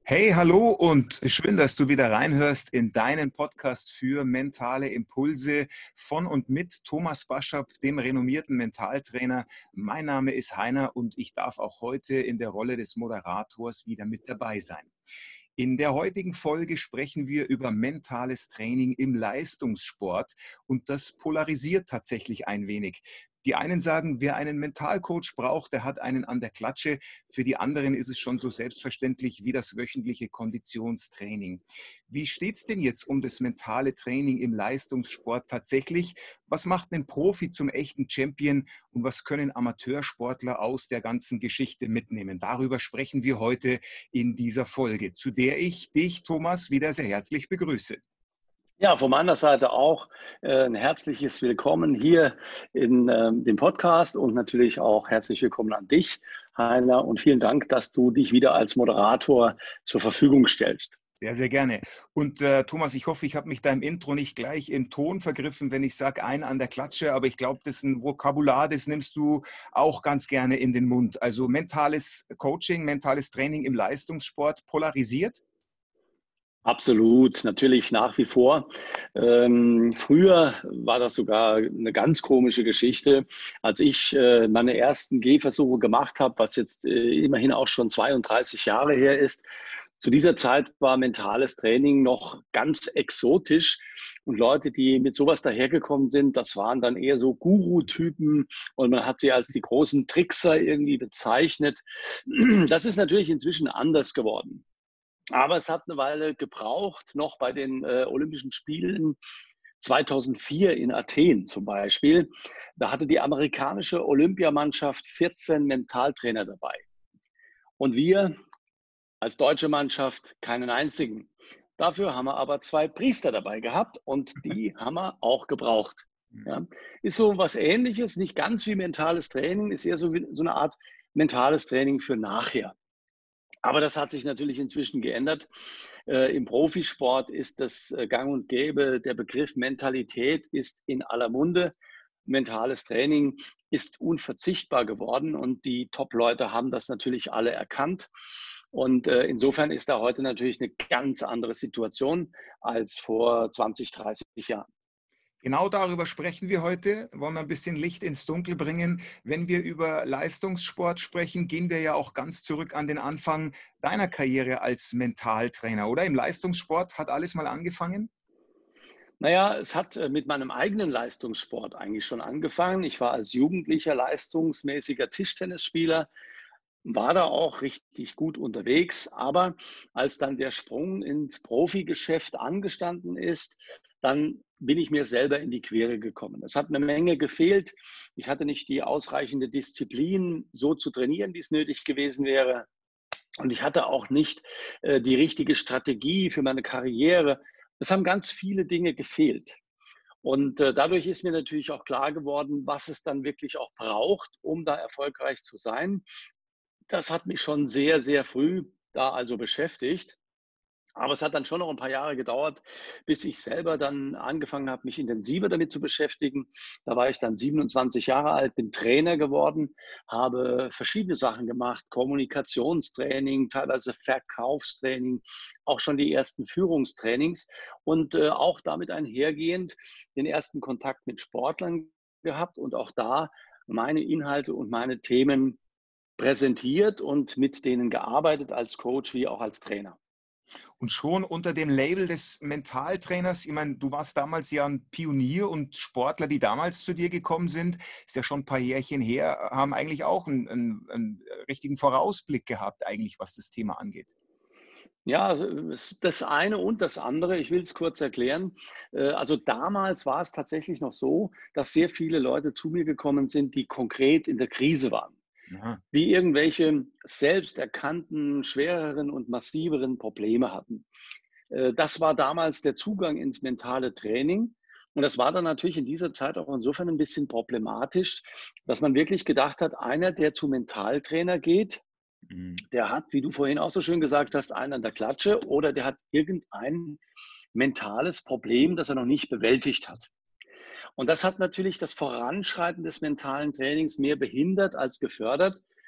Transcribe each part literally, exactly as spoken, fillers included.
Hey, hallo und schön, dass du wieder reinhörst in deinen Podcast für mentale Impulse von und mit Thomas Baschap, dem renommierten Mentaltrainer. Mein Name ist Heiner und ich darf auch heute in der Rolle des Moderators wieder mit dabei sein. In der heutigen Folge sprechen wir über mentales Training im Leistungssport und das polarisiert tatsächlich ein wenig. Die einen sagen, wer einen Mentalcoach braucht, der hat einen an der Klatsche. Für die anderen ist es schon so selbstverständlich wie das wöchentliche Konditionstraining. Wie steht es denn jetzt um das mentale Training im Leistungssport tatsächlich? Was macht einen Profi zum echten Champion und was können Amateursportler aus der ganzen Geschichte mitnehmen? Darüber sprechen wir heute in dieser Folge, zu der ich dich, Thomas, wieder sehr herzlich begrüße. Ja, von meiner Seite auch äh, ein herzliches Willkommen hier in ähm, dem Podcast und natürlich auch herzlich willkommen an dich, Heiner, und vielen Dank, dass du dich wieder als Moderator zur Verfügung stellst. Sehr, sehr gerne. Und äh, Thomas, ich hoffe, ich habe mich da im Intro nicht gleich im Ton vergriffen, wenn ich sage, ein an der Klatsche, aber ich glaube, das ist ein Vokabular, das nimmst du auch ganz gerne in den Mund. Also mentales Coaching, mentales Training im Leistungssport polarisiert? Absolut, natürlich nach wie vor. Ähm, früher war das sogar eine ganz komische Geschichte, als ich äh, meine ersten Gehversuche gemacht habe, was jetzt äh, immerhin auch schon zweiunddreißig Jahre her ist. Zu dieser Zeit war mentales Training noch ganz exotisch und Leute, die mit sowas dahergekommen sind, das waren dann eher so Guru-Typen und man hat sie als die großen Trickser irgendwie bezeichnet. Das ist natürlich inzwischen anders geworden. Aber es hat eine Weile gebraucht, noch bei den äh, Olympischen Spielen zweitausendvier in Athen zum Beispiel. Da hatte die amerikanische Olympiamannschaft vierzehn Mentaltrainer dabei. Und wir als deutsche Mannschaft keinen einzigen. Dafür haben wir aber zwei Priester dabei gehabt und die haben wir auch gebraucht. Ja. Ist so was Ähnliches, nicht ganz wie mentales Training, ist eher so, wie, so eine Art mentales Training für nachher. Aber das hat sich natürlich inzwischen geändert. Äh, Im Profisport ist das äh, gang und gäbe. Der Begriff Mentalität ist in aller Munde. Mentales Training ist unverzichtbar geworden und die Top-Leute haben das natürlich alle erkannt. Und äh, insofern ist da heute natürlich eine ganz andere Situation als vor zwanzig, dreißig Jahren. Genau darüber sprechen wir heute. Wollen wir ein bisschen Licht ins Dunkel bringen. Wenn wir über Leistungssport sprechen, gehen wir ja auch ganz zurück an den Anfang deiner Karriere als Mentaltrainer, oder? Im Leistungssport hat alles mal angefangen? Naja, es hat äh, mit meinem eigenen Leistungssport eigentlich schon angefangen. Ich war als Jugendlicher leistungsmäßiger Tischtennisspieler, war da auch richtig gut unterwegs. Aber als dann der Sprung ins Profigeschäft angestanden ist, dann bin ich mir selber in die Quere gekommen. Es hat eine Menge gefehlt. Ich hatte nicht die ausreichende Disziplin, so zu trainieren, wie es nötig gewesen wäre. Und ich hatte auch nicht äh, die richtige Strategie für meine Karriere. Es haben ganz viele Dinge gefehlt. Und äh, dadurch ist mir natürlich auch klar geworden, was es dann wirklich auch braucht, um da erfolgreich zu sein. Das hat mich schon sehr, sehr früh da also beschäftigt. Aber es hat dann schon noch ein paar Jahre gedauert, bis ich selber dann angefangen habe, mich intensiver damit zu beschäftigen. Da war ich dann siebenundzwanzig Jahre alt, bin Trainer geworden, habe verschiedene Sachen gemacht, Kommunikationstraining, teilweise Verkaufstraining, auch schon die ersten Führungstrainings und äh, auch damit einhergehend den ersten Kontakt mit Sportlern gehabt und auch da meine Inhalte und meine Themen präsentiert und mit denen gearbeitet als Coach wie auch als Trainer. Und schon unter dem Label des Mentaltrainers, ich meine, du warst damals ja ein Pionier und Sportler, die damals zu dir gekommen sind, ist ja schon ein paar Jährchen her, haben eigentlich auch einen, einen, einen richtigen Vorausblick gehabt, eigentlich, was das Thema angeht. Ja, das eine und das andere. Ich will es kurz erklären. Äh, also damals war es tatsächlich noch so, dass sehr viele Leute zu mir gekommen sind, die konkret in der Krise waren, Aha. die irgendwelche selbst erkannten, schwereren und massiveren Probleme hatten. Äh, Das war damals der Zugang ins mentale Training. Und das war dann natürlich in dieser Zeit auch insofern ein bisschen problematisch, dass man wirklich gedacht hat, einer, der zum Mentaltrainer geht, Mhm. der hat, wie du vorhin auch so schön gesagt hast, einen an der Klatsche oder der hat irgendein mentales Problem, das er noch nicht bewältigt hat. Und das hat natürlich das Voranschreiten des mentalen Trainings mehr behindert als gefördert.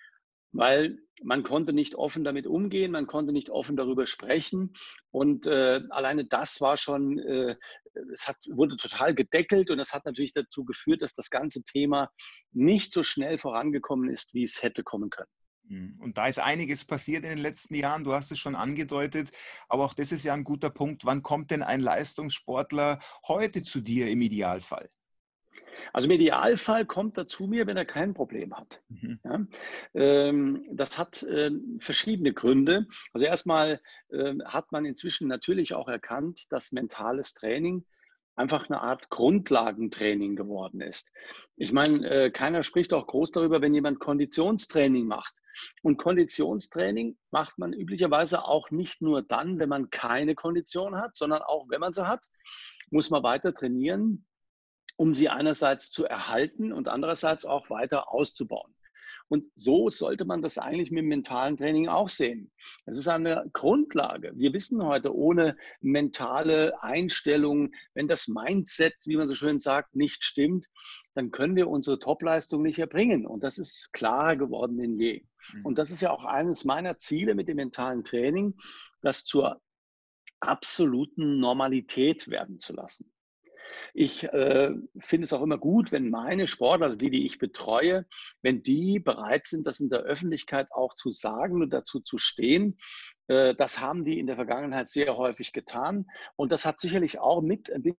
weil man konnte nicht offen damit umgehen, man konnte nicht offen darüber sprechen und äh, alleine das war schon, äh, es hat, wurde total gedeckelt und das hat natürlich dazu geführt, dass das ganze Thema nicht so schnell vorangekommen ist, wie es hätte kommen können. Und da ist einiges passiert in den letzten Jahren, du hast es schon angedeutet, aber auch das ist ja ein guter Punkt. Wann kommt denn ein Leistungssportler heute zu dir im Idealfall? Also im Idealfall kommt er zu mir, wenn er kein Problem hat. Mhm. Ja, ähm, das hat äh, verschiedene Gründe. Also erstmal äh, hat man inzwischen natürlich auch erkannt, dass mentales Training einfach eine Art Grundlagentraining geworden ist. Ich meine, äh, keiner spricht auch groß darüber, wenn jemand Konditionstraining macht. Und Konditionstraining macht man üblicherweise auch nicht nur dann, wenn man keine Kondition hat, sondern auch wenn man sie hat, muss man weiter trainieren, um sie einerseits zu erhalten und andererseits auch weiter auszubauen. Und so sollte man das eigentlich mit dem mentalen Training auch sehen. Es ist eine Grundlage. Wir wissen heute, ohne mentale Einstellung, wenn das Mindset, wie man so schön sagt, nicht stimmt, dann können wir unsere Topleistung nicht erbringen. Und das ist klarer geworden denn je. Und das ist ja auch eines meiner Ziele mit dem mentalen Training, das zur absoluten Normalität werden zu lassen. Ich äh, finde es auch immer gut, wenn meine Sportler, also die, die ich betreue, wenn die bereit sind, das in der Öffentlichkeit auch zu sagen und dazu zu stehen. Äh, das haben die in der Vergangenheit sehr häufig getan. Und das hat sicherlich auch mit ein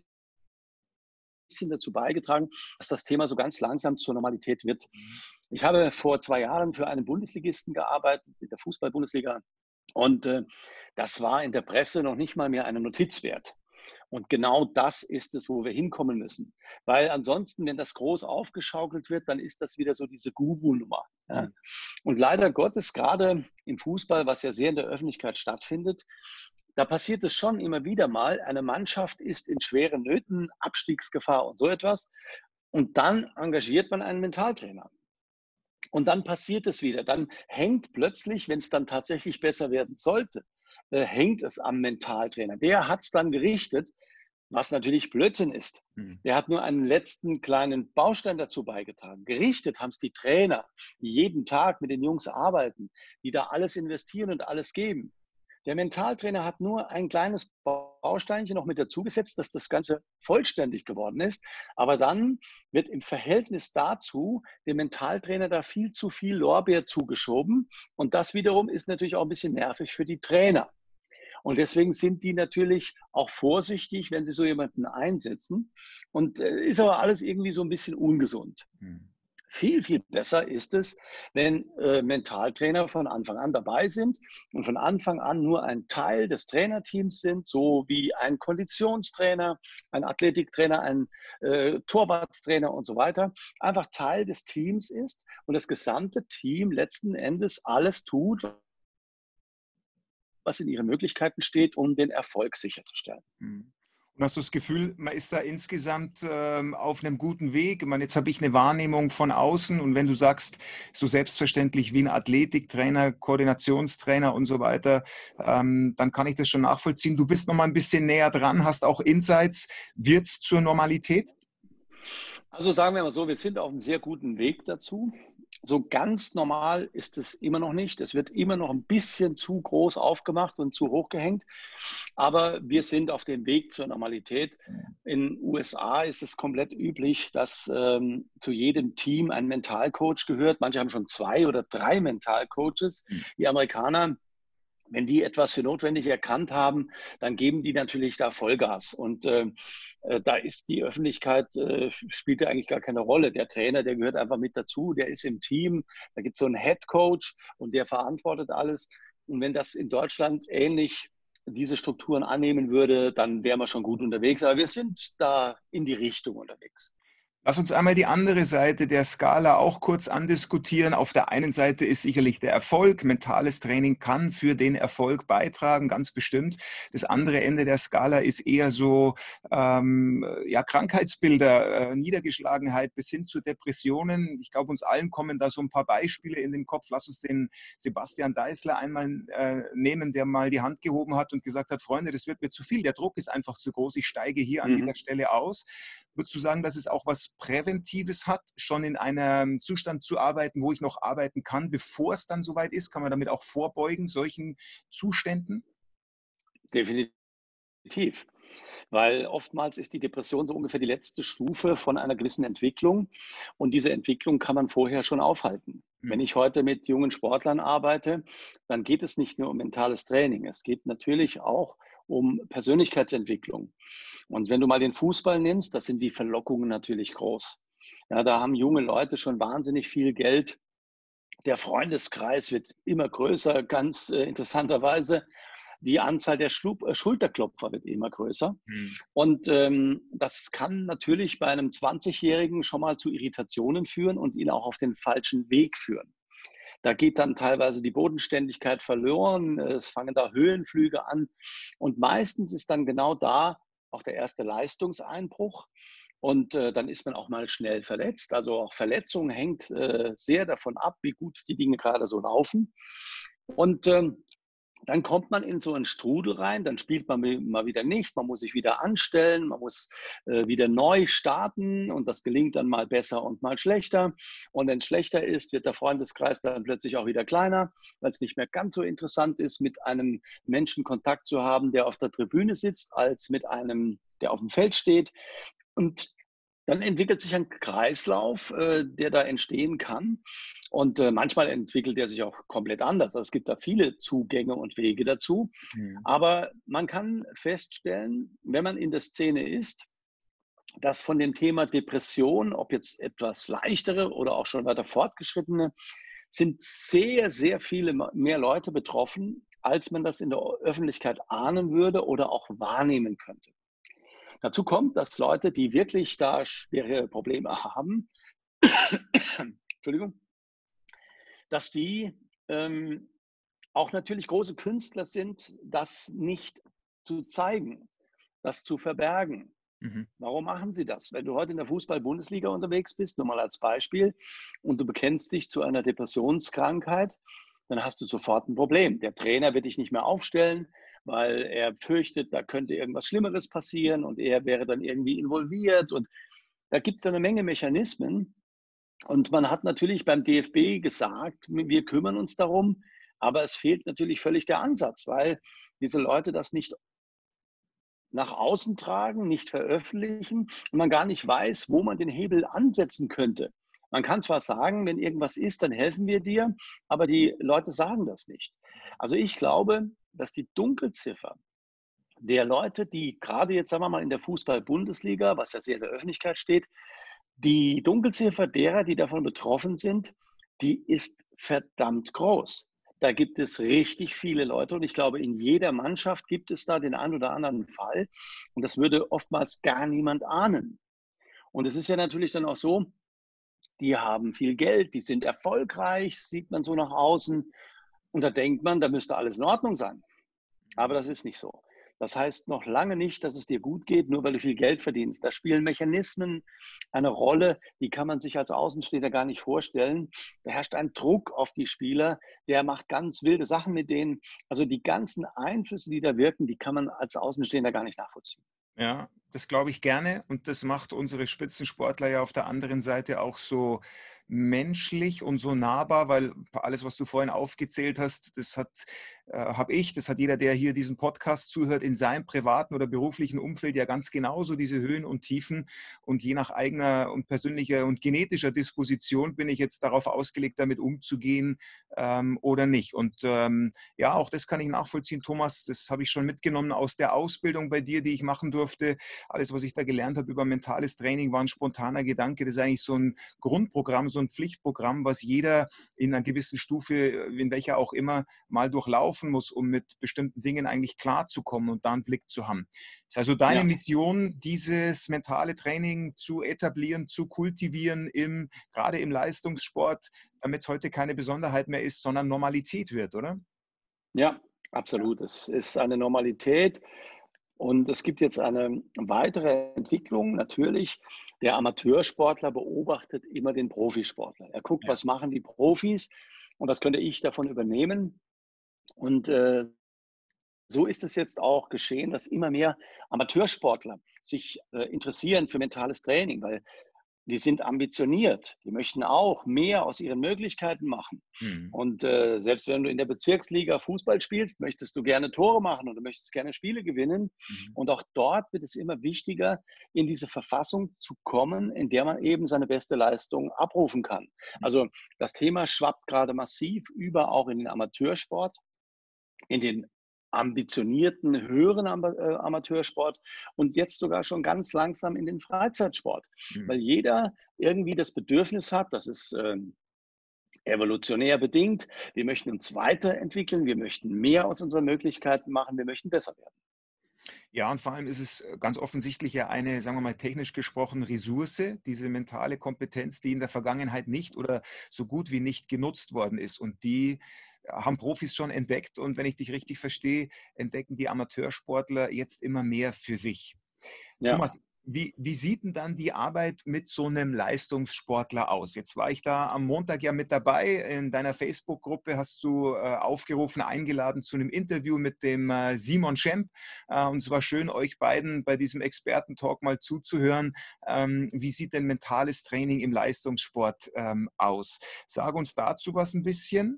bisschen dazu beigetragen, dass das Thema so ganz langsam zur Normalität wird. Ich habe vor zwei Jahren für einen Bundesligisten gearbeitet, in der Fußball-Bundesliga. Und äh, das war in der Presse noch nicht mal mehr eine Notiz wert. Und genau das ist es, wo wir hinkommen müssen. Weil ansonsten, wenn das groß aufgeschaukelt wird, dann ist das wieder so diese Guru-Nummer. Ja? Mhm. Und leider Gottes, gerade im Fußball, was ja sehr in der Öffentlichkeit stattfindet, da passiert es schon immer wieder mal, eine Mannschaft ist in schweren Nöten, Abstiegsgefahr und so etwas. Und dann engagiert man einen Mentaltrainer. Und dann passiert es wieder. Dann hängt plötzlich, wenn es dann tatsächlich besser werden sollte, äh, hängt es am Mentaltrainer. Der hat es dann gerichtet, was natürlich Blödsinn ist. Mhm. Der hat nur einen letzten kleinen Baustein dazu beigetragen. Gerichtet haben es die Trainer, die jeden Tag mit den Jungs arbeiten, die da alles investieren und alles geben. Der Mentaltrainer hat nur ein kleines Bausteinchen noch mit dazu gesetzt, dass das Ganze vollständig geworden ist. Aber dann wird im Verhältnis dazu dem Mentaltrainer da viel zu viel Lorbeer zugeschoben. Und das wiederum ist natürlich auch ein bisschen nervig für die Trainer. Und deswegen sind die natürlich auch vorsichtig, wenn sie so jemanden einsetzen. Und äh, ist aber alles irgendwie so ein bisschen ungesund. Mhm. Viel, viel besser ist es, wenn äh, Mentaltrainer von Anfang an dabei sind und von Anfang an nur ein Teil des Trainerteams sind, so wie ein Konditionstrainer, ein Athletiktrainer, ein äh, Torwarttrainer und so weiter, einfach Teil des Teams ist und das gesamte Team letzten Endes alles tut, was in ihren Möglichkeiten steht, um den Erfolg sicherzustellen. Mhm. Und hast du das Gefühl, man ist da insgesamt ähm, auf einem guten Weg? Ich meine, jetzt habe ich eine Wahrnehmung von außen und wenn du sagst, so selbstverständlich wie ein Athletiktrainer, Koordinationstrainer und so weiter, ähm, dann kann ich das schon nachvollziehen. Du bist noch mal ein bisschen näher dran, hast auch Insights. Wird es zur Normalität? Also sagen wir mal so, wir sind auf einem sehr guten Weg dazu. So ganz normal ist es immer noch nicht. Es wird immer noch ein bisschen zu groß aufgemacht und zu hoch gehängt. Aber wir sind auf dem Weg zur Normalität. In den U S A ist es komplett üblich, dass ähm, zu jedem Team ein Mentalcoach gehört. Manche haben schon zwei oder drei Mentalcoaches. Die Amerikaner, wenn die etwas für notwendig erkannt haben, dann geben die natürlich da Vollgas. Und äh, da ist die Öffentlichkeit, äh, spielt ja eigentlich gar keine Rolle. Der Trainer, der gehört einfach mit dazu, der ist im Team. Da gibt es so einen Head Coach und der verantwortet alles. Und wenn das in Deutschland ähnlich diese Strukturen annehmen würde, dann wären wir schon gut unterwegs. Aber wir sind da in die Richtung unterwegs. Lass uns einmal die andere Seite der Skala auch kurz andiskutieren. Auf der einen Seite ist sicherlich der Erfolg. Mentales Training kann für den Erfolg beitragen, ganz bestimmt. Das andere Ende der Skala ist eher so ähm, ja, Krankheitsbilder, äh, Niedergeschlagenheit bis hin zu Depressionen. Ich glaube, uns allen kommen da so ein paar Beispiele in den Kopf. Lass uns den Sebastian Deißler einmal äh, nehmen, der mal die Hand gehoben hat und gesagt hat, Freunde, das wird mir zu viel. Der Druck ist einfach zu groß. Ich steige hier an Mhm. dieser Stelle aus. Würdest du sagen, dass es auch was Präventives hat, schon in einem Zustand zu arbeiten, wo ich noch arbeiten kann, bevor es dann soweit ist? Kann man damit auch vorbeugen, solchen Zuständen? Definitiv. Weil oftmals ist die Depression so ungefähr die letzte Stufe von einer gewissen Entwicklung und diese Entwicklung kann man vorher schon aufhalten. Wenn Hm. ich heute mit jungen Sportlern arbeite, dann geht es nicht nur um mentales Training, es geht natürlich auch um Persönlichkeitsentwicklung. Und wenn du mal den Fußball nimmst, das sind die Verlockungen natürlich groß. Ja, da haben junge Leute schon wahnsinnig viel Geld. Der Freundeskreis wird immer größer, ganz äh, interessanterweise. Die Anzahl der Schlu äh, Schulterklopfer wird immer größer. Hm. Und ähm, das kann natürlich bei einem zwanzigjährigen schon mal zu Irritationen führen und ihn auch auf den falschen Weg führen. Da geht dann teilweise die Bodenständigkeit verloren, es fangen da Höhenflüge an und meistens ist dann genau da auch der erste Leistungseinbruch und äh, dann ist man auch mal schnell verletzt. Also auch Verletzung hängt äh, sehr davon ab, wie gut die Dinge gerade so laufen. Und ähm, dann kommt man in so einen Strudel rein, dann spielt man mal wieder nicht, man muss sich wieder anstellen, man muss äh, wieder neu starten und das gelingt dann mal besser und mal schlechter. Und wenn es schlechter ist, wird der Freundeskreis dann plötzlich auch wieder kleiner, weil es nicht mehr ganz so interessant ist, mit einem Menschen Kontakt zu haben, der auf der Tribüne sitzt, als mit einem, der auf dem Feld steht. Und dann entwickelt sich ein Kreislauf, äh, der da entstehen kann. Und äh, manchmal entwickelt er sich auch komplett anders. Also es gibt da viele Zugänge und Wege dazu. Hm. Aber man kann feststellen, wenn man in der Szene ist, dass von dem Thema Depression, ob jetzt etwas leichtere oder auch schon weiter fortgeschrittene, sind sehr, sehr viele mehr Leute betroffen, als man das in der Öffentlichkeit ahnen würde oder auch wahrnehmen könnte. Dazu kommt, dass Leute, die wirklich da schwere Probleme haben, Entschuldigung, dass die ähm, auch natürlich große Künstler sind, das nicht zu zeigen, das zu verbergen. Mhm. Warum machen sie das? Wenn du heute in der Fußball-Bundesliga unterwegs bist, nur mal als Beispiel, und du bekennst dich zu einer Depressionskrankheit, dann hast du sofort ein Problem. Der Trainer wird dich nicht mehr aufstellen, weil er fürchtet, da könnte irgendwas Schlimmeres passieren und er wäre dann irgendwie involviert. Und da gibt es eine Menge Mechanismen. Und man hat natürlich beim D F B gesagt, wir kümmern uns darum, aber es fehlt natürlich völlig der Ansatz, weil diese Leute das nicht nach außen tragen, nicht veröffentlichen und man gar nicht weiß, wo man den Hebel ansetzen könnte. Man kann zwar sagen, wenn irgendwas ist, dann helfen wir dir, aber die Leute sagen das nicht. Also ich glaube, dass die Dunkelziffer der Leute, die gerade jetzt, sagen wir mal, in der Fußball-Bundesliga, was ja sehr in der Öffentlichkeit steht, die Dunkelziffer derer, die davon betroffen sind, die ist verdammt groß. Da gibt es richtig viele Leute und ich glaube, in jeder Mannschaft gibt es da den einen oder anderen Fall und das würde oftmals gar niemand ahnen. Und es ist ja natürlich dann auch so, die haben viel Geld, die sind erfolgreich, sieht man so nach außen und da denkt man, da müsste alles in Ordnung sein. Aber das ist nicht so. Das heißt noch lange nicht, dass es dir gut geht, nur weil du viel Geld verdienst. Da spielen Mechanismen eine Rolle, die kann man sich als Außenstehender gar nicht vorstellen. Da herrscht ein Druck auf die Spieler, der macht ganz wilde Sachen mit denen. Also die ganzen Einflüsse, die da wirken, die kann man als Außenstehender gar nicht nachvollziehen. Ja, das glaube ich gerne und das macht unsere Spitzensportler ja auf der anderen Seite auch so menschlich und so nahbar, weil alles, was du vorhin aufgezählt hast, das hat, äh, habe ich, das hat jeder, der hier diesen Podcast zuhört, in seinem privaten oder beruflichen Umfeld ja ganz genauso, diese Höhen und Tiefen. Und je nach eigener und persönlicher und genetischer Disposition bin ich jetzt darauf ausgelegt, damit umzugehen ähm, oder nicht. Und ähm, ja, auch das kann ich nachvollziehen, Thomas, das habe ich schon mitgenommen aus der Ausbildung bei dir, die ich machen durfte. Alles, was ich da gelernt habe über mentales Training, war ein spontaner Gedanke. Das ist eigentlich so ein Grundprogramm, so ein Pflichtprogramm, was jeder in einer gewissen Stufe, in welcher auch immer, mal durchlaufen muss, um mit bestimmten Dingen eigentlich klarzukommen und da einen Blick zu haben. Das ist also deine Ja. Mission, dieses mentale Training zu etablieren, zu kultivieren, im, gerade im Leistungssport, damit es heute keine Besonderheit mehr ist, sondern Normalität wird, oder? Ja, absolut. Es ist eine Normalität. Und es gibt jetzt eine weitere Entwicklung. Natürlich, der Amateursportler beobachtet immer den Profisportler. Er guckt, Ja. was machen die Profis und was könnte ich davon übernehmen. Und äh, so ist es jetzt auch geschehen, dass immer mehr Amateursportler sich äh, interessieren für mentales Training, weil die sind ambitioniert. Die möchten auch mehr aus ihren Möglichkeiten machen. Mhm. Und äh, selbst wenn du in der Bezirksliga Fußball spielst, möchtest du gerne Tore machen und du möchtest gerne Spiele gewinnen. Mhm. Und auch dort wird es immer wichtiger, in diese Verfassung zu kommen, in der man eben seine beste Leistung abrufen kann. Also das Thema schwappt gerade massiv über auch in den Amateursport, in den ambitionierten höheren Ama äh, Amateursport und jetzt sogar schon ganz langsam in den Freizeitsport, Mhm. weil jeder irgendwie das Bedürfnis hat, das ist ähm, evolutionär bedingt, wir möchten uns weiterentwickeln, wir möchten mehr aus unseren Möglichkeiten machen, wir möchten besser werden. Ja, und vor allem ist es äh, ganz offensichtlich ja eine, sagen wir mal, technisch gesprochen Ressource, diese mentale Kompetenz, die in der Vergangenheit nicht oder so gut wie nicht genutzt worden ist. Und die äh, haben Profis schon entdeckt. Und wenn ich dich richtig verstehe, entdecken die Amateursportler jetzt immer mehr für sich. Ja. Thomas, wie, wie sieht denn dann die Arbeit mit so einem Leistungssportler aus? Jetzt war ich da am Montag ja mit dabei. In deiner Facebook-Gruppe hast du äh, aufgerufen, eingeladen zu einem Interview mit dem äh, Simon Schemp. Äh, und es war schön, euch beiden bei diesem Experten-Talk mal zuzuhören. Ähm, wie sieht denn mentales Training im Leistungssport ähm, aus? Sag uns dazu was ein bisschen.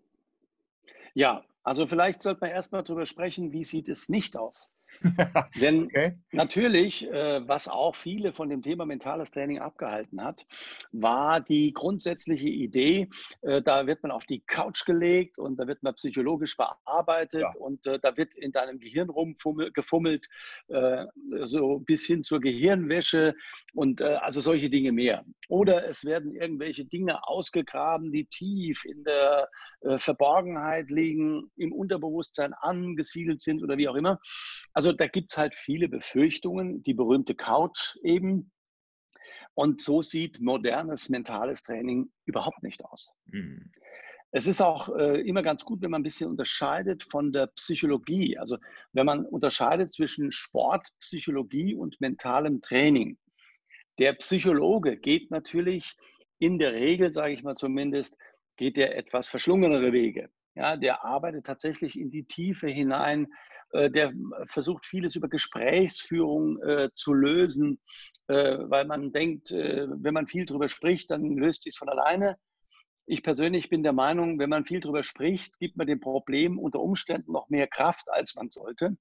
Ja, also vielleicht sollte man erst mal drüber sprechen, wie sieht es nicht aus? Denn Okay. natürlich, äh, was auch viele von dem Thema mentales Training abgehalten hat, war die grundsätzliche Idee, äh, da wird man auf die Couch gelegt und da wird man psychologisch bearbeitet Ja. und äh, da wird in deinem Gehirn rumgefummelt, äh, so bis hin zur Gehirnwäsche und äh, also solche Dinge mehr. Oder es werden irgendwelche Dinge ausgegraben, die tief in der äh, Verborgenheit liegen, im Unterbewusstsein angesiedelt sind oder wie auch immer. Also da gibt es halt viele Befürchtungen, die berühmte Couch eben. Und so sieht modernes mentales Training überhaupt nicht aus. Mhm. Es ist auch äh, immer ganz gut, wenn man ein bisschen unterscheidet von der Psychologie. Also wenn man unterscheidet zwischen Sportpsychologie und mentalem Training. Der Psychologe geht natürlich in der Regel, sage ich mal zumindest, geht der etwas verschlungenere Wege. Ja, der arbeitet tatsächlich in die Tiefe hinein. Äh, der versucht vieles über Gesprächsführung äh, zu lösen, äh, weil man denkt, äh, wenn man viel darüber spricht, dann löst sich von alleine. Ich persönlich bin der Meinung, wenn man viel darüber spricht, gibt man dem Problem unter Umständen noch mehr Kraft, als man sollte.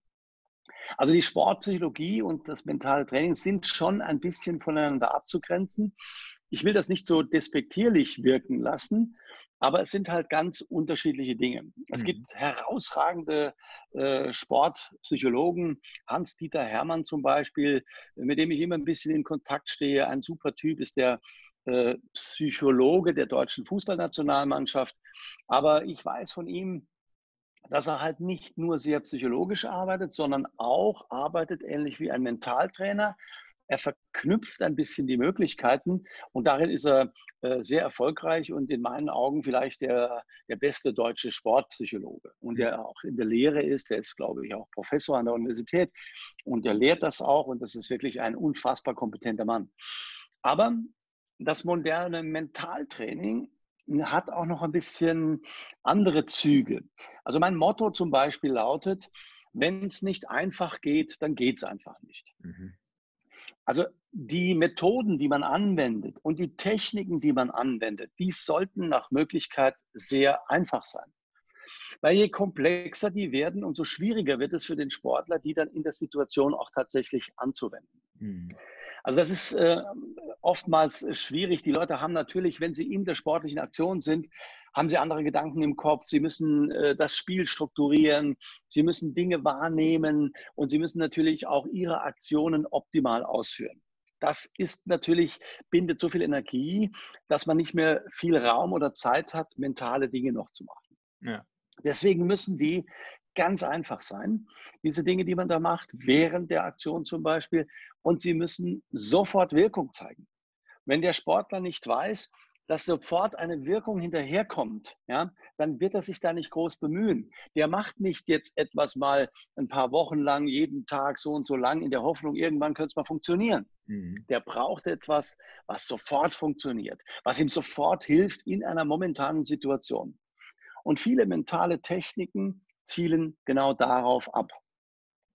Also die Sportpsychologie und das mentale Training sind schon ein bisschen voneinander abzugrenzen. Ich will das nicht so despektierlich wirken lassen, aber es sind halt ganz unterschiedliche Dinge. Es Mhm. gibt herausragende äh, Sportpsychologen, Hans-Dieter Hermann zum Beispiel, mit dem ich immer ein bisschen in Kontakt stehe. Ein super Typ ist der äh, Psychologe der deutschen Fußballnationalmannschaft. Aber ich weiß von ihm, dass er halt nicht nur sehr psychologisch arbeitet, sondern auch arbeitet ähnlich wie ein Mentaltrainer. Er verknüpft ein bisschen die Möglichkeiten und darin ist er äh, sehr erfolgreich und in meinen Augen vielleicht der, der beste deutsche Sportpsychologe. Und Mhm. der auch in der Lehre ist, der ist, glaube ich, auch Professor an der Universität und der lehrt das auch und das ist wirklich ein unfassbar kompetenter Mann. Aber das moderne Mentaltraining hat auch noch ein bisschen andere Züge. Also mein Motto zum Beispiel lautet, wenn es nicht einfach geht, dann geht es einfach nicht. Mhm. Also die Methoden, die man anwendet und die Techniken, die man anwendet, die sollten nach Möglichkeit sehr einfach sein. Weil je komplexer die werden, umso schwieriger wird es für den Sportler, die dann in der Situation auch tatsächlich anzuwenden. Mhm. Also das ist äh, oftmals schwierig. Die Leute haben natürlich, wenn sie in der sportlichen Aktion sind, haben sie andere Gedanken im Kopf. Sie müssen äh, das Spiel strukturieren, sie müssen Dinge wahrnehmen und sie müssen natürlich auch ihre Aktionen optimal ausführen. Das ist natürlich, bindet so viel Energie, dass man nicht mehr viel Raum oder Zeit hat, mentale Dinge noch zu machen. Ja. Deswegen müssen die ganz einfach sein, diese Dinge, die man da macht, während der Aktion zum Beispiel. Und sie müssen sofort Wirkung zeigen. Wenn der Sportler nicht weiß, dass sofort eine Wirkung hinterherkommt, ja, dann wird er sich da nicht groß bemühen. Der macht nicht jetzt etwas mal ein paar Wochen lang, jeden Tag so und so lang, in der Hoffnung, irgendwann könnte es mal funktionieren. Mhm. Der braucht etwas, was sofort funktioniert, was ihm sofort hilft in einer momentanen Situation. Und viele mentale Techniken zielen genau darauf ab.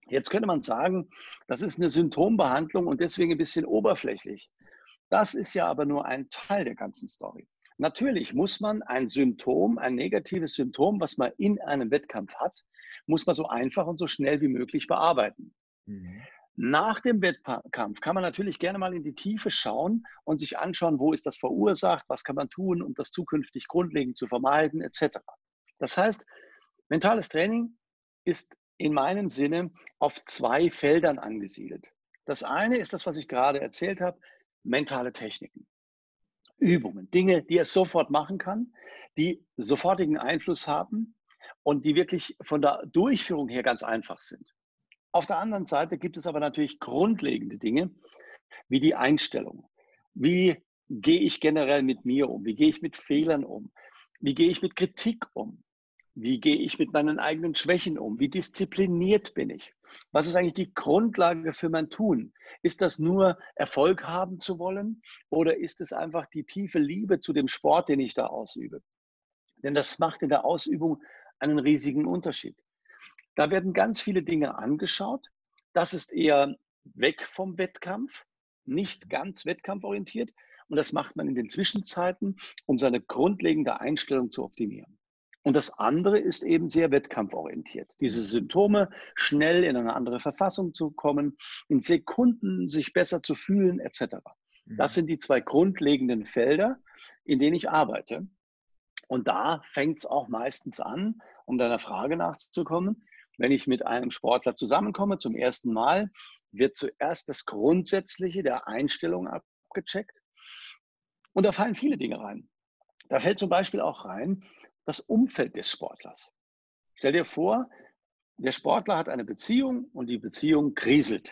Jetzt könnte man sagen, das ist eine Symptombehandlung und deswegen ein bisschen oberflächlich. Das ist ja aber nur ein Teil der ganzen Story. Natürlich muss man ein Symptom, ein negatives Symptom, was man in einem Wettkampf hat, muss man so einfach und so schnell wie möglich bearbeiten. Mhm. Nach dem Wettkampf kann man natürlich gerne mal in die Tiefe schauen und sich anschauen, wo ist das verursacht, was kann man tun, um das zukünftig grundlegend zu vermeiden, et cetera. Das heißt, mentales Training ist in meinem Sinne auf zwei Feldern angesiedelt. Das eine ist das, was ich gerade erzählt habe, mentale Techniken, Übungen, Dinge, die er sofort machen kann, die sofortigen Einfluss haben und die wirklich von der Durchführung her ganz einfach sind. Auf der anderen Seite gibt es aber natürlich grundlegende Dinge, wie die Einstellung. Wie gehe ich generell mit mir um? Wie gehe ich mit Fehlern um? Wie gehe ich mit Kritik um? Wie gehe ich mit meinen eigenen Schwächen um? Wie diszipliniert bin ich? Was ist eigentlich die Grundlage für mein Tun? Ist das nur Erfolg haben zu wollen oder ist es einfach die tiefe Liebe zu dem Sport, den ich da ausübe? Denn das macht in der Ausübung einen riesigen Unterschied. Da werden ganz viele Dinge angeschaut. Das ist eher weg vom Wettkampf, nicht ganz wettkampforientiert. Und das macht man in den Zwischenzeiten, um seine grundlegende Einstellung zu optimieren. Und das andere ist eben sehr wettkampforientiert. Diese Symptome schnell in eine andere Verfassung zu kommen, in Sekunden sich besser zu fühlen, et cetera. Das Mhm. sind die zwei grundlegenden Felder, in denen ich arbeite. Und da fängt es auch meistens an, um deiner Frage nachzukommen. Wenn ich mit einem Sportler zusammenkomme zum ersten Mal, wird zuerst das Grundsätzliche der Einstellung abgecheckt. Und da fallen viele Dinge rein. Da fällt zum Beispiel auch rein das Umfeld des Sportlers. Stell dir vor, der Sportler hat eine Beziehung und die Beziehung kriselt.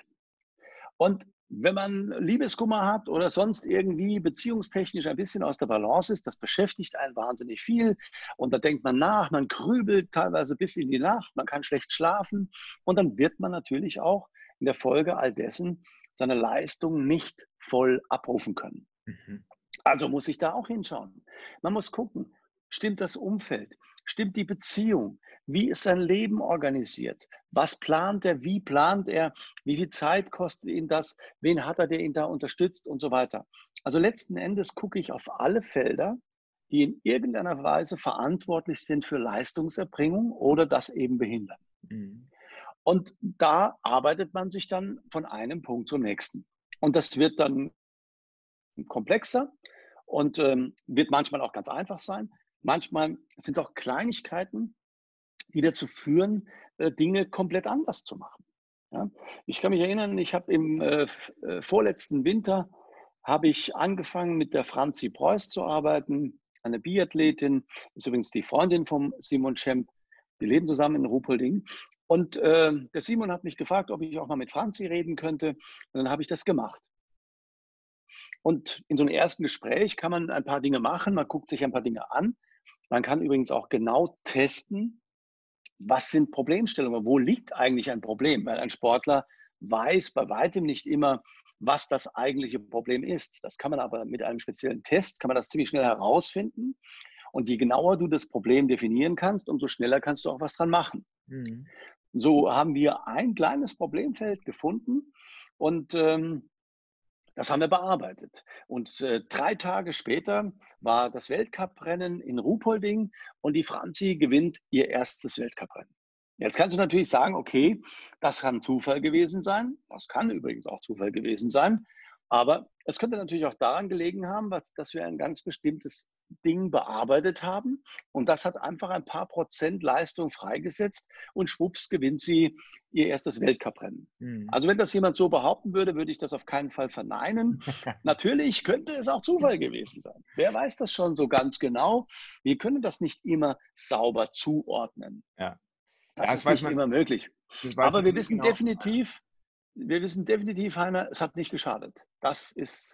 Und wenn man Liebeskummer hat oder sonst irgendwie beziehungstechnisch ein bisschen aus der Balance ist, das beschäftigt einen wahnsinnig viel. Und da denkt man nach, man grübelt teilweise bis in die Nacht, man kann schlecht schlafen. Und dann wird man natürlich auch in der Folge all dessen seine Leistung nicht voll abrufen können. Mhm. Also muss ich da auch hinschauen. Man muss gucken, stimmt das Umfeld? Stimmt die Beziehung? Wie ist sein Leben organisiert? Was plant er? Wie plant er? Wie viel Zeit kostet ihn das? Wen hat er, der ihn da unterstützt und so weiter? Also letzten Endes gucke ich auf alle Felder, die in irgendeiner Weise verantwortlich sind für Leistungserbringung oder das eben behindern. Mhm. Und da arbeitet man sich dann von einem Punkt zum nächsten. Und das wird dann komplexer und ähm, wird manchmal auch ganz einfach sein. Manchmal sind es auch Kleinigkeiten, die dazu führen, äh, Dinge komplett anders zu machen. Ja? Ich kann mich erinnern, ich habe im äh, äh, vorletzten Winter habe ich angefangen mit der Franzi Preuß zu arbeiten, eine Biathletin, ist übrigens die Freundin von Simon Schemp. Die leben zusammen in Ruhpolding. Und äh, der Simon hat mich gefragt, ob ich auch mal mit Franzi reden könnte. Und dann habe ich das gemacht. Und in so einem ersten Gespräch kann man ein paar Dinge machen, man guckt sich ein paar Dinge an. Man kann übrigens auch genau testen, was sind Problemstellungen, wo liegt eigentlich ein Problem, weil ein Sportler weiß bei weitem nicht immer, was das eigentliche Problem ist. Das kann man aber mit einem speziellen Test, kann man das ziemlich schnell herausfinden. Und je genauer du das Problem definieren kannst, umso schneller kannst du auch was dran machen. Mhm. So haben wir ein kleines Problemfeld gefunden und ähm, das haben wir bearbeitet. Und äh, drei Tage später war das Weltcuprennen in Ruhpolding und die Franzi gewinnt ihr erstes Weltcuprennen. Jetzt kannst du natürlich sagen, okay, das kann Zufall gewesen sein. Das kann übrigens auch Zufall gewesen sein. Aber es könnte natürlich auch daran gelegen haben, was, dass wir ein ganz bestimmtes Ding bearbeitet haben. Und das hat einfach ein paar Prozent Leistung freigesetzt und schwupps gewinnt sie ihr erstes Weltcuprennen. Mhm. Also wenn das jemand so behaupten würde, würde ich das auf keinen Fall verneinen. Natürlich könnte es auch Zufall gewesen sein. Wer weiß das schon so ganz genau? Wir können das nicht immer sauber zuordnen. Ja. Ja, Das das ist weiß nicht man, immer möglich. das weiß Aber man wir nie wissen genau. definitiv, wir wissen definitiv, Heiner, es hat nicht geschadet. Das ist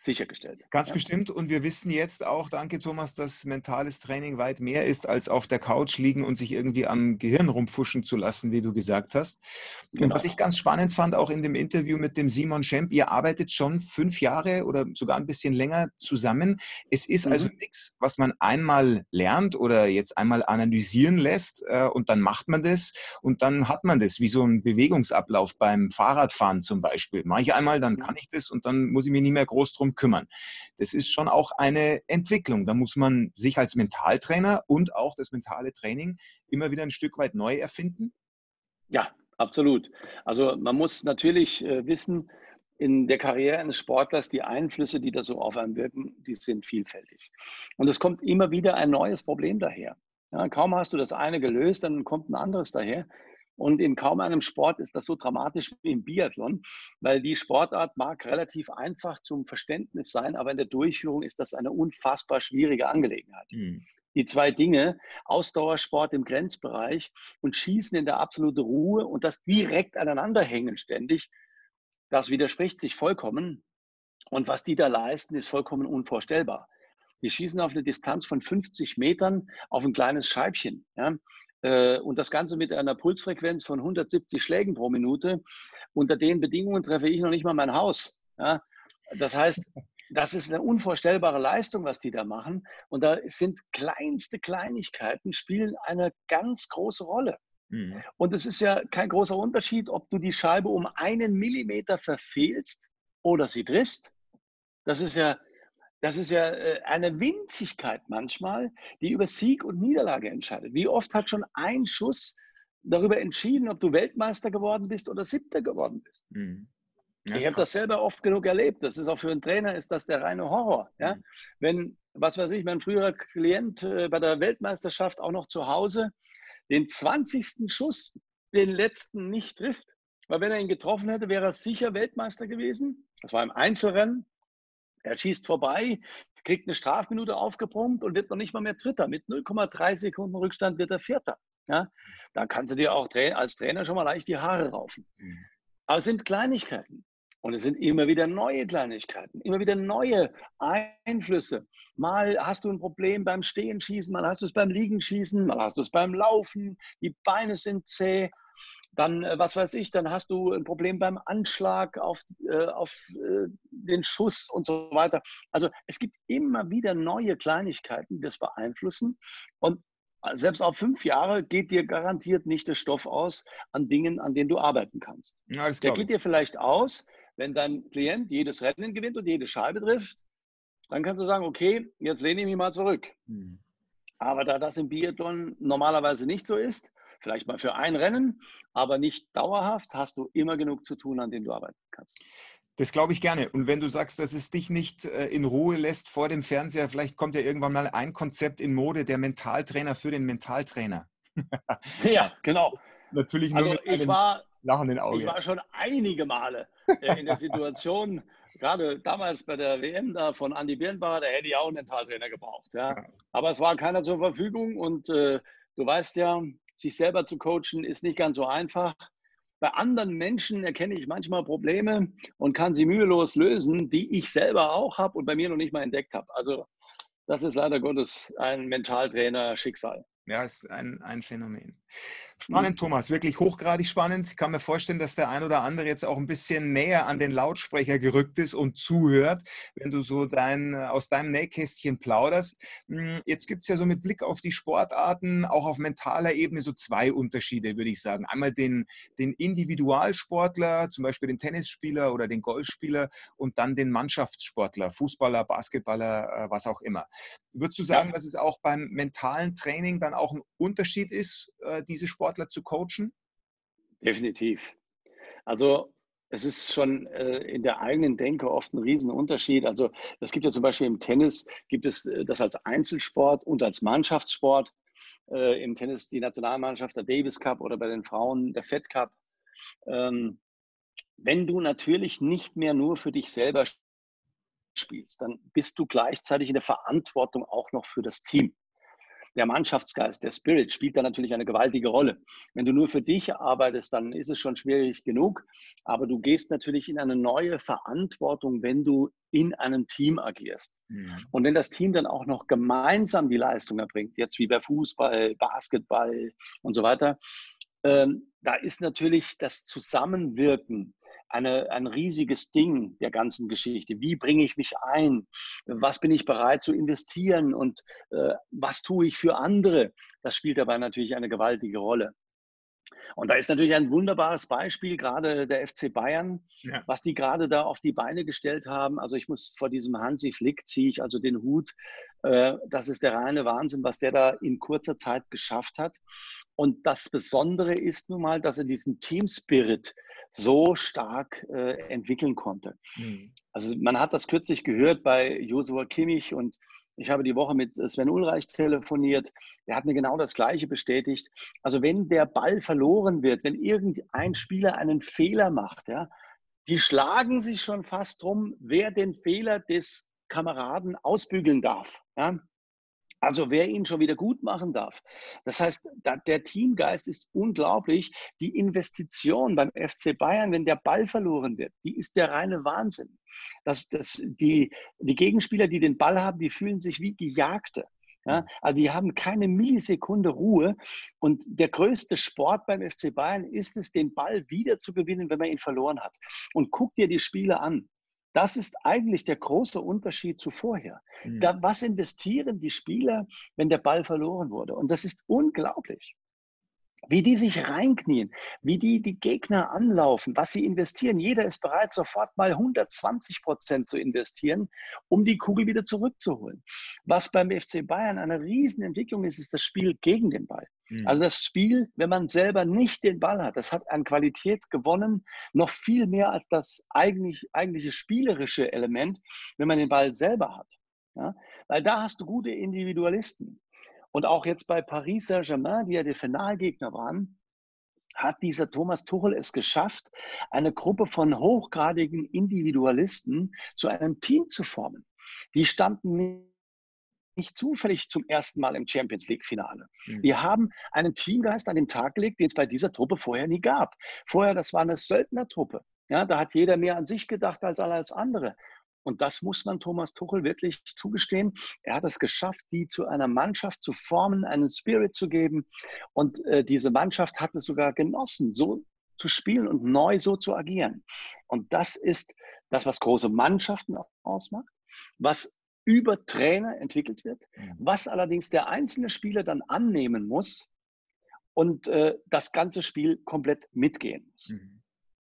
sichergestellt. Ganz Ja? bestimmt. Und wir wissen jetzt auch, danke Thomas, dass mentales Training weit mehr ist, als auf der Couch liegen und sich irgendwie am Gehirn rumfuschen zu lassen, wie du gesagt hast. Und was Genau. ich ganz spannend fand, auch in dem Interview mit dem Simon Schemp, ihr arbeitet schon fünf Jahre oder sogar ein bisschen länger zusammen. Es ist also Mhm. nichts, was man einmal lernt oder jetzt einmal analysieren lässt äh, und dann macht man das und dann hat man das, wie so ein Bewegungsablauf beim Fahrradfahren zum Beispiel. Mache ich einmal, dann kann ich das und dann muss ich mich nicht mehr groß drum kümmern. Das ist schon auch eine Entwicklung. Da muss man sich als Mentaltrainer und auch das mentale Training immer wieder ein Stück weit neu erfinden. Ja, absolut. Also man muss natürlich äh, wissen, in der Karriere eines Sportlers, die Einflüsse, die da so auf einen wirken, die sind vielfältig. Und es kommt immer wieder ein neues Problem daher. Ja, kaum hast du das eine gelöst, dann kommt ein anderes daher. Und in kaum einem Sport ist das so dramatisch wie im Biathlon, weil die Sportart mag relativ einfach zum Verständnis sein, aber in der Durchführung ist das eine unfassbar schwierige Angelegenheit. Hm. Die zwei Dinge, Ausdauersport im Grenzbereich und Schießen in der absoluten Ruhe und das direkt aneinander hängen ständig, das widerspricht sich vollkommen. Und was die da leisten, ist vollkommen unvorstellbar. Die schießen auf eine Distanz von fünfzig Metern auf ein kleines Scheibchen. Ja? Äh, Und das Ganze mit einer Pulsfrequenz von hundertsiebzig Schlägen pro Minute. Unter den Bedingungen treffe ich noch nicht mal mein Haus. Ja? Das heißt, das ist eine unvorstellbare Leistung, was die da machen. Und da sind kleinste Kleinigkeiten, spielen eine ganz große Rolle. Hm. Und es ist ja kein großer Unterschied, ob du die Scheibe um einen Millimeter verfehlst oder sie triffst. Das ist ja, das ist ja äh, eine Winzigkeit manchmal, die über Sieg und Niederlage entscheidet. Wie oft hat schon ein Schuss darüber entschieden, ob du Weltmeister geworden bist oder Siebter geworden bist? Hm. Ja, Ich ist habe krass. das selber oft genug erlebt. Das ist auch für einen Trainer ist das der reine Horror. Ja? Hm. Wenn, was weiß ich, mein früherer Klient äh, bei der Weltmeisterschaft auch noch zu Hause den zwanzigsten Schuss, den letzten nicht trifft. Weil wenn er ihn getroffen hätte, wäre er sicher Weltmeister gewesen. Das war im Einzelrennen. Er schießt vorbei, kriegt eine Strafminute aufgebrummt und wird noch nicht mal mehr Dritter. Mit null Komma drei Sekunden Rückstand wird er Vierter. Ja? Da kannst du dir auch als Trainer schon mal leicht die Haare raufen. Hm. Aber es sind Kleinigkeiten. Und es sind immer wieder neue Kleinigkeiten, immer wieder neue Einflüsse. Mal hast du ein Problem beim Stehenschießen, mal hast du es beim Liegenschießen, mal hast du es beim Laufen, die Beine sind zäh. Dann, äh, was weiß ich, dann hast du ein Problem beim Anschlag auf, äh, auf äh, den Schuss und so weiter. Also es gibt immer wieder neue Kleinigkeiten, die das beeinflussen. Und selbst auf fünf Jahre geht dir garantiert nicht der Stoff aus an Dingen, an denen du arbeiten kannst. Ja, das Der glaube geht ich. dir vielleicht aus, wenn dein Klient jedes Rennen gewinnt und jede Scheibe trifft, dann kannst du sagen, okay, jetzt lehne ich mich mal zurück. Hm. Aber da das im Biathlon normalerweise nicht so ist, vielleicht mal für ein Rennen, aber nicht dauerhaft, hast du immer genug zu tun, an dem du arbeiten kannst. Das glaube ich gerne. Und wenn du sagst, dass es dich nicht äh, in Ruhe lässt vor dem Fernseher, vielleicht kommt ja irgendwann mal ein Konzept in Mode, der Mentaltrainer für den Mentaltrainer. Ja, genau. Natürlich nur Also mit ich einem war, lachenden ich Auge. war schon einige Male äh, in der Situation, gerade damals bei der W M da von Andi Birnbacher, da hätte ich auch einen Mentaltrainer gebraucht. Ja. Ja. Aber es war keiner zur Verfügung und äh, du weißt ja, sich selber zu coachen ist nicht ganz so einfach. Bei anderen Menschen erkenne ich manchmal Probleme und kann sie mühelos lösen, die ich selber auch habe und bei mir noch nicht mal entdeckt habe. Also das ist leider Gottes ein Mentaltrainer-Schicksal. Ja, ist ein, ein Phänomen. Hm? Spannend, Thomas, wirklich hochgradig spannend. Ich kann mir vorstellen, dass der ein oder andere jetzt auch ein bisschen näher an den Lautsprecher gerückt ist und zuhört, wenn du so dein, aus deinem Nähkästchen plauderst. Hm, Jetzt gibt es ja so mit Blick auf die Sportarten, auch auf mentaler Ebene, so zwei Unterschiede, würde ich sagen. Einmal den, den Individualsportler, zum Beispiel den Tennisspieler oder den Golfspieler und dann den Mannschaftssportler, Fußballer, Basketballer, äh, was auch immer. Würdest du Ja, sagen, dass es auch beim mentalen Training dann auch ein Unterschied ist, äh, diese Sportler zu coachen? definitiv. Also es ist schon äh, in der eigenen Denke oft ein Riesenunterschied. Also es gibt ja zum Beispiel im Tennis, gibt es äh, das als Einzelsport und als Mannschaftssport. Äh, Im Tennis die Nationalmannschaft, der Davis Cup oder bei den Frauen der Fed Cup. Ähm, Wenn du natürlich nicht mehr nur für dich selber spielst, dann bist du gleichzeitig in der Verantwortung auch noch für das Team. der Mannschaftsgeist, der Spirit spielt da natürlich eine gewaltige Rolle. Wenn du nur für dich arbeitest, dann ist es schon schwierig genug. Aber du gehst natürlich in eine neue Verantwortung, wenn du in einem Team agierst. Mhm. Und wenn das Team dann auch noch gemeinsam die Leistung erbringt, jetzt wie bei Fußball, Basketball und so weiter, ähm, da ist natürlich das Zusammenwirken eine, ein riesiges Ding der ganzen Geschichte. Wie bringe ich mich ein? Was bin ich bereit zu investieren? Und äh, was tue ich für andere? Das spielt dabei natürlich eine gewaltige Rolle. Und da ist natürlich ein wunderbares Beispiel, gerade der F C Bayern, Ja. was die gerade da auf die Beine gestellt haben. Also ich muss vor diesem Hansi Flick ziehe ich also den Hut. Äh, das ist der reine Wahnsinn, was der da in kurzer Zeit geschafft hat. Und das Besondere ist nun mal, dass er diesen Team Spirit so stark äh, entwickeln konnte. Mhm. Also man hat das kürzlich gehört bei Joshua Kimmich und ich habe die Woche mit Sven Ulreich telefoniert. Der hat mir genau das Gleiche bestätigt. Also wenn der Ball verloren wird, wenn irgendein Spieler einen Fehler macht, ja, die schlagen sich schon fast drum, wer den Fehler des Kameraden ausbügeln darf. Ja. Also wer ihn schon wieder gut machen darf. Das heißt, der Teamgeist ist unglaublich. Die Investition beim F C Bayern, wenn der Ball verloren wird, die ist der reine Wahnsinn. Das, das, die, die Gegenspieler, die den Ball haben, die fühlen sich wie Gejagte. Ja, also die haben keine Millisekunde Ruhe. Und der größte Sport beim F C Bayern ist es, den Ball wieder zu gewinnen, wenn man ihn verloren hat. Und guck dir die Spiele an. Das ist eigentlich der große Unterschied zu vorher. Mhm. Da, was investieren die Spieler, wenn der Ball verloren wurde? Und das ist unglaublich. Wie die sich reinknien, wie die die Gegner anlaufen, was sie investieren. Jeder ist bereit, sofort mal hundertzwanzig Prozent zu investieren, um die Kugel wieder zurückzuholen. Was beim F C Bayern eine Riesenentwicklung ist, ist das Spiel gegen den Ball. Mhm. Also das Spiel, wenn man selber nicht den Ball hat, das hat an Qualität gewonnen, noch viel mehr als das eigentlich, eigentliche spielerische Element, wenn man den Ball selber hat. Ja? Weil da hast du gute Individualisten. Und auch jetzt bei Paris Saint-Germain, die ja der Finalgegner waren, hat dieser Thomas Tuchel es geschafft, eine Gruppe von hochgradigen Individualisten zu einem Team zu formen. Die standen nicht zufällig zum ersten Mal im Champions League-Finale. Mhm. Die haben einen Teamgeist an den Tag gelegt, den es bei dieser Truppe vorher nie gab. Vorher, das war eine Söldnertruppe. Ja, da hat jeder mehr an sich gedacht als alles andere. Und das muss man Thomas Tuchel wirklich zugestehen. Er hat es geschafft, die zu einer Mannschaft zu formen, einen Spirit zu geben. Und äh, diese Mannschaft hat es sogar genossen, so zu spielen und neu so zu agieren. Und das ist das, was große Mannschaften ausmacht, was über Trainer entwickelt wird, was allerdings der einzelne Spieler dann annehmen muss und äh, das ganze Spiel komplett mitgehen muss. Mhm.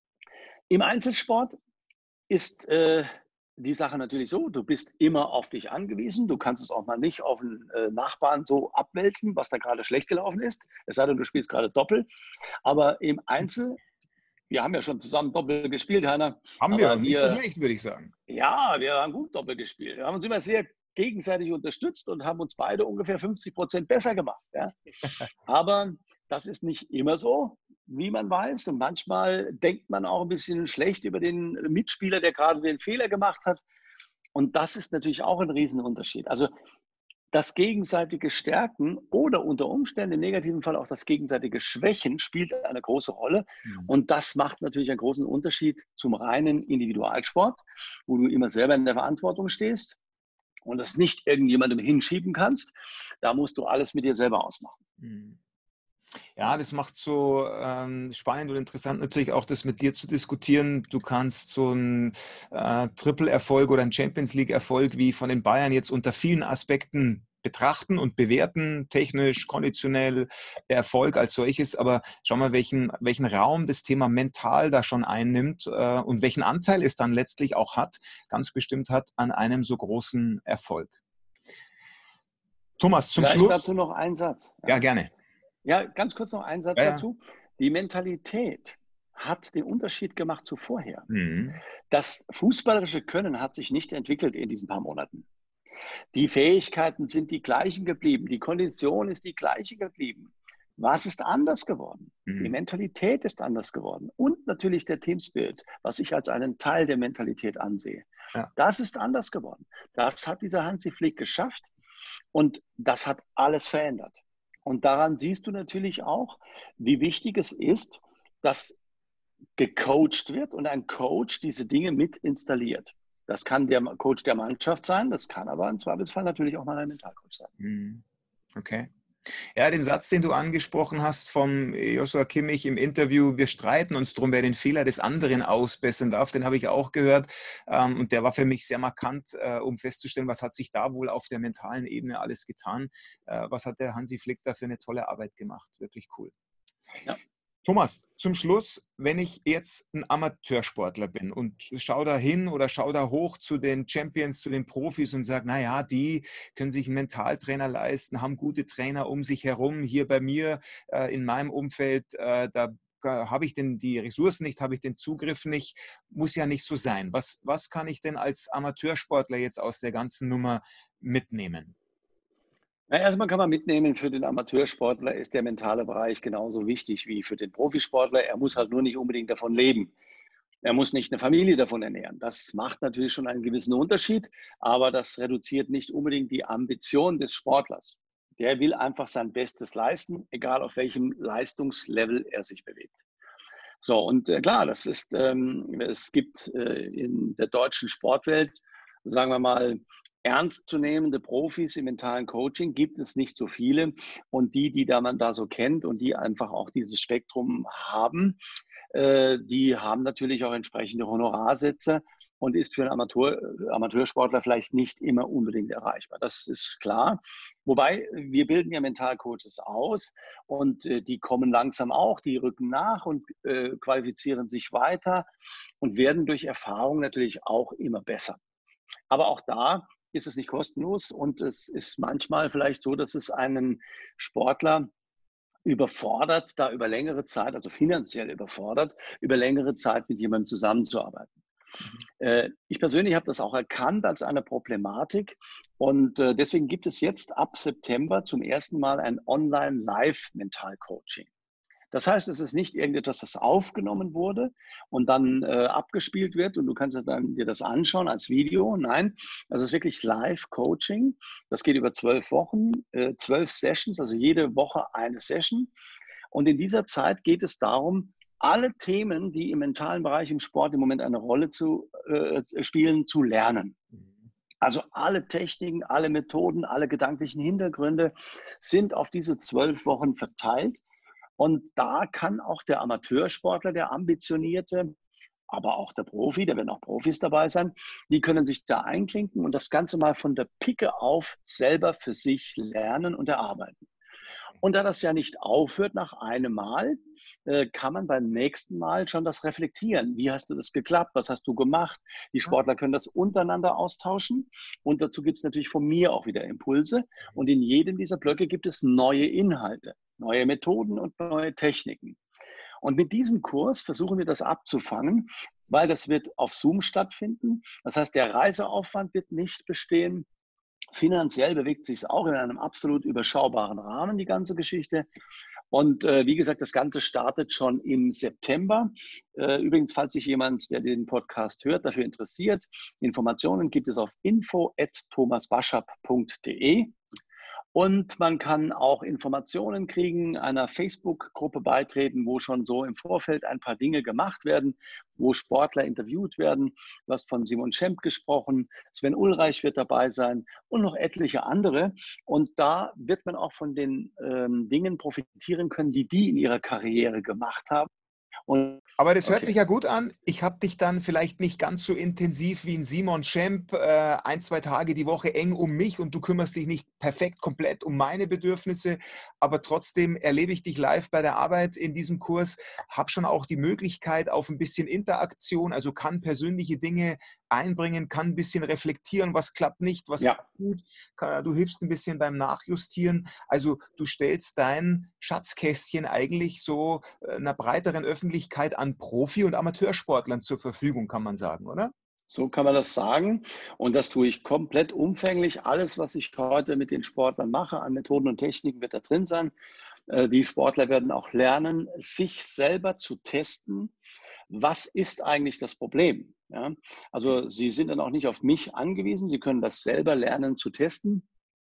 Im Einzelsport ist äh, die Sache natürlich so, du bist immer auf dich angewiesen. Du kannst es auch mal nicht auf den äh, Nachbarn so abwälzen, was da gerade schlecht gelaufen ist. Es sei denn, du spielst gerade Doppel. Aber im Einzel, wir haben ja schon zusammen Doppel gespielt, Heiner. Haben wir, aber nicht so wir, schlecht, würde ich sagen. Ja, wir haben gut Doppel gespielt. Wir haben uns immer sehr gegenseitig unterstützt und haben uns beide ungefähr fünfzig Prozent besser gemacht. Ja. Aber das ist nicht immer so, wie man weiß. Und manchmal denkt man auch ein bisschen schlecht über den Mitspieler, der gerade den Fehler gemacht hat. Und das ist natürlich auch ein Riesenunterschied. Also das gegenseitige Stärken oder unter Umständen im negativen Fall auch das gegenseitige Schwächen spielt eine große Rolle. Mhm. Und das macht natürlich einen großen Unterschied zum reinen Individualsport, wo du immer selber in der Verantwortung stehst und das nicht irgendjemandem hinschieben kannst. Da musst du alles mit dir selber ausmachen. Mhm. Ja, das macht so ähm, spannend und interessant natürlich auch, das mit dir zu diskutieren. Du kannst so einen äh, Triple-Erfolg oder einen Champions-League-Erfolg wie von den Bayern jetzt unter vielen Aspekten betrachten und bewerten, technisch, konditionell, der Erfolg als solches. Aber schau mal, welchen, welchen Raum das Thema mental da schon einnimmt äh, und welchen Anteil es dann letztlich auch hat, ganz bestimmt hat, an einem so großen Erfolg. Thomas, zum Vielleicht Schluss. dazu noch ein Satz. Ja, gerne. Ja, ganz kurz noch einen Satz Ja, ja. dazu. Die Mentalität hat den Unterschied gemacht zu vorher. Mhm. Das fußballerische Können hat sich nicht entwickelt in diesen paar Monaten. Die Fähigkeiten sind die gleichen geblieben. Die Kondition ist die gleiche geblieben. Was ist anders geworden? Mhm. Die Mentalität ist anders geworden. Und natürlich der Teamspirit, was ich als einen Teil der Mentalität ansehe. Ja. Das ist anders geworden. Das hat dieser Hansi Flick geschafft. Und das hat alles verändert. Und daran siehst du natürlich auch, wie wichtig es ist, dass gecoacht wird und ein Coach diese Dinge mit installiert. Das kann der Coach der Mannschaft sein, das kann aber im Zweifelsfall natürlich auch mal ein Mentalcoach sein. Okay. Ja, den Satz, den du angesprochen hast vom Joshua Kimmich im Interview, wir streiten uns drum, wer den Fehler des anderen ausbessern darf, den habe ich auch gehört. Und der war für mich sehr markant, um festzustellen, was hat sich da wohl auf der mentalen Ebene alles getan. Was hat der Hansi Flick da für eine tolle Arbeit gemacht. Wirklich cool. Ja. Thomas, zum Schluss, wenn ich jetzt ein Amateursportler bin und schaue da hin oder schaue da hoch zu den Champions, zu den Profis und sage, naja, die können sich einen Mentaltrainer leisten, haben gute Trainer um sich herum. Hier bei mir äh, in meinem Umfeld, äh, da habe ich denn die Ressourcen nicht, habe ich den Zugriff nicht, muss ja nicht so sein. Was, was kann ich denn als Amateursportler jetzt aus der ganzen Nummer mitnehmen? Na, erstmal kann man mitnehmen, für den Amateursportler ist der mentale Bereich genauso wichtig wie für den Profisportler. Er muss halt nur nicht unbedingt davon leben. Er muss nicht eine Familie davon ernähren. Das macht natürlich schon einen gewissen Unterschied, aber das reduziert nicht unbedingt die Ambition des Sportlers. Der will einfach sein Bestes leisten, egal auf welchem Leistungslevel er sich bewegt. So, und äh, klar, das ist, ähm, es gibt äh, in der deutschen Sportwelt, sagen wir mal, ernstzunehmende Profis im mentalen Coaching gibt es nicht so viele. Und die, die da man da so kennt und die einfach auch dieses Spektrum haben, äh, die haben natürlich auch entsprechende Honorarsätze und ist für einen Amateur, Amateursportler vielleicht nicht immer unbedingt erreichbar. Das ist klar. Wobei, wir bilden ja Mentalcoaches aus und äh, die kommen langsam auch, die rücken nach und äh, qualifizieren sich weiter und werden durch Erfahrung natürlich auch immer besser. Aber auch da ist es nicht kostenlos und es ist manchmal vielleicht so, dass es einen Sportler überfordert, da über längere Zeit, also finanziell überfordert, über längere Zeit mit jemandem zusammenzuarbeiten. Mhm. Ich persönlich habe das auch erkannt als eine Problematik und deswegen gibt es jetzt ab September zum ersten Mal ein Online-Live-Mental-Coaching. Das heißt, es ist nicht irgendetwas, das aufgenommen wurde und dann äh, abgespielt wird und du kannst dann dir das anschauen als Video. Nein, das ist wirklich Live-Coaching. Das geht über zwölf Wochen, äh, zwölf Sessions, also jede Woche eine Session. Und in dieser Zeit geht es darum, alle Themen, die im mentalen Bereich im Sport im Moment eine Rolle zu äh, spielen, zu lernen. Also alle Techniken, alle Methoden, alle gedanklichen Hintergründe sind auf diese zwölf Wochen verteilt. Und da kann auch der Amateursportler, der Ambitionierte, aber auch der Profi, da werden auch Profis dabei sein, die können sich da einklinken und das Ganze mal von der Picke auf selber für sich lernen und erarbeiten. Und da das ja nicht aufhört nach einem Mal, äh, kann man beim nächsten Mal schon das reflektieren. Wie hast du das geklappt? Was hast du gemacht? Die Sportler können das untereinander austauschen. Und dazu gibt es natürlich von mir auch wieder Impulse. Und in jedem dieser Blöcke gibt es neue Inhalte, neue Methoden und neue Techniken. Und mit diesem Kurs versuchen wir das abzufangen, weil das wird auf Zoom stattfinden. Das heißt, der Reiseaufwand wird nicht bestehen. Finanziell bewegt sich es auch in einem absolut überschaubaren Rahmen, die ganze Geschichte. Und äh, wie gesagt, das Ganze startet schon im September. Äh, übrigens, falls sich jemand, der den Podcast hört, dafür interessiert, Informationen gibt es auf info at thomas baschap punkt de. Und man kann auch Informationen kriegen, einer Facebook-Gruppe beitreten, wo schon so im Vorfeld ein paar Dinge gemacht werden, wo Sportler interviewt werden. Du hast von Simon Schemp gesprochen, Sven Ulreich wird dabei sein und noch etliche andere. Und da wird man auch von den ähm, Dingen profitieren können, die die in ihrer Karriere gemacht haben. Und, Aber das hört okay. sich ja gut an. Ich habe dich dann vielleicht nicht ganz so intensiv wie ein Simon Schemp äh, ein, zwei Tage die Woche eng um mich und du kümmerst dich nicht perfekt komplett um meine Bedürfnisse, aber trotzdem erlebe ich dich live bei der Arbeit in diesem Kurs, habe schon auch die Möglichkeit auf ein bisschen Interaktion, also kann persönliche Dinge einbringen, kann ein bisschen reflektieren, was klappt nicht, was ja. klappt gut, du hilfst ein bisschen beim Nachjustieren, also du stellst dein Schatzkästchen eigentlich so einer breiteren Öffentlichkeit an Profi- und Amateursportlern zur Verfügung, kann man sagen, oder? So kann man das sagen und das tue ich komplett umfänglich. Alles, was ich heute mit den Sportlern mache, an Methoden und Techniken wird da drin sein. Die Sportler werden auch lernen, sich selber zu testen. Was ist eigentlich das Problem? Ja, also sie sind dann auch nicht auf mich angewiesen. Sie können das selber lernen zu testen.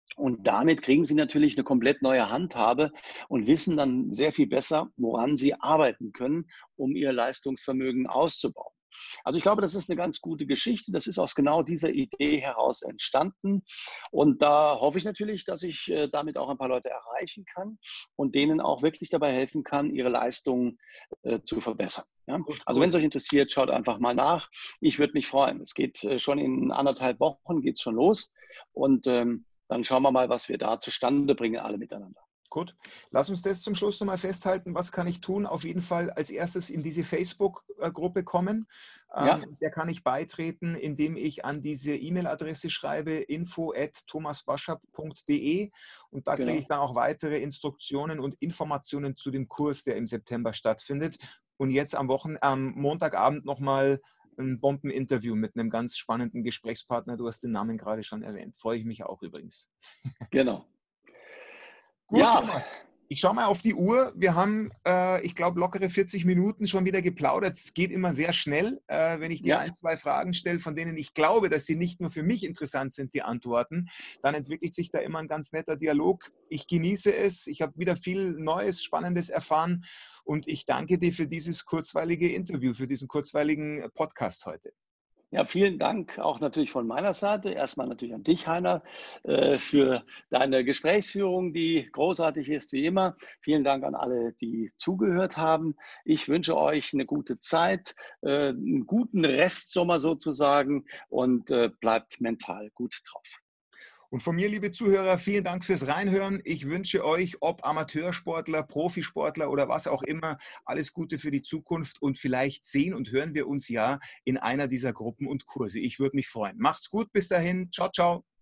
Und damit kriegen Sie natürlich eine komplett neue Handhabe und wissen dann sehr viel besser, woran Sie arbeiten können, um Ihr Leistungsvermögen auszubauen. Also ich glaube, das ist eine ganz gute Geschichte. Das ist aus genau dieser Idee heraus entstanden. Und da hoffe ich natürlich, dass ich äh, damit auch ein paar Leute erreichen kann und denen auch wirklich dabei helfen kann, ihre Leistungen äh, zu verbessern. Ja? Gut, Also wenn es gut. euch interessiert, schaut einfach mal nach. Ich würde mich freuen. Es geht äh, schon in anderthalb Wochen geht's schon los. Und ähm, dann schauen wir mal, was wir da zustande bringen, alle miteinander. Gut, lass uns das zum Schluss nochmal festhalten. Was kann ich tun? Auf jeden Fall als erstes in diese Facebook-Gruppe kommen. Ja, Ähm, der kann ich beitreten, indem ich an diese E-Mail-Adresse schreibe, info at thomasbaschap punkt de, und da kriege ich genau. dann auch weitere Instruktionen und Informationen zu dem Kurs, der im September stattfindet. Und jetzt am Wochen, am Montagabend nochmal ein Bombeninterview mit einem ganz spannenden Gesprächspartner. Du hast den Namen gerade schon erwähnt. Freue ich mich auch übrigens. Genau. Gut, Ja, Thomas. Ich schaue mal auf die Uhr. Wir haben, äh, ich glaube, lockere vierzig Minuten schon wieder geplaudert. Es geht immer sehr schnell, äh, wenn ich dir ja, ein, zwei Fragen stelle, von denen ich glaube, dass sie nicht nur für mich interessant sind, die Antworten. Dann entwickelt sich da immer ein ganz netter Dialog. Ich genieße es. Ich habe wieder viel Neues, Spannendes erfahren. Und ich danke dir für dieses kurzweilige Interview, für diesen kurzweiligen Podcast heute. ja, vielen Dank auch natürlich von meiner Seite. Erstmal natürlich an dich, Heiner, äh, für deine Gesprächsführung, die großartig ist wie immer. Vielen Dank an alle, die zugehört haben. Ich wünsche euch eine gute Zeit, äh, einen guten Restsommer sozusagen und äh, bleibt mental gut drauf. Und von mir, liebe Zuhörer, vielen Dank fürs Reinhören. Ich wünsche euch, ob Amateursportler, Profisportler oder was auch immer, alles Gute für die Zukunft, und vielleicht sehen und hören wir uns ja in einer dieser Gruppen und Kurse. Ich würde mich freuen. Macht's gut, bis dahin. Ciao, ciao.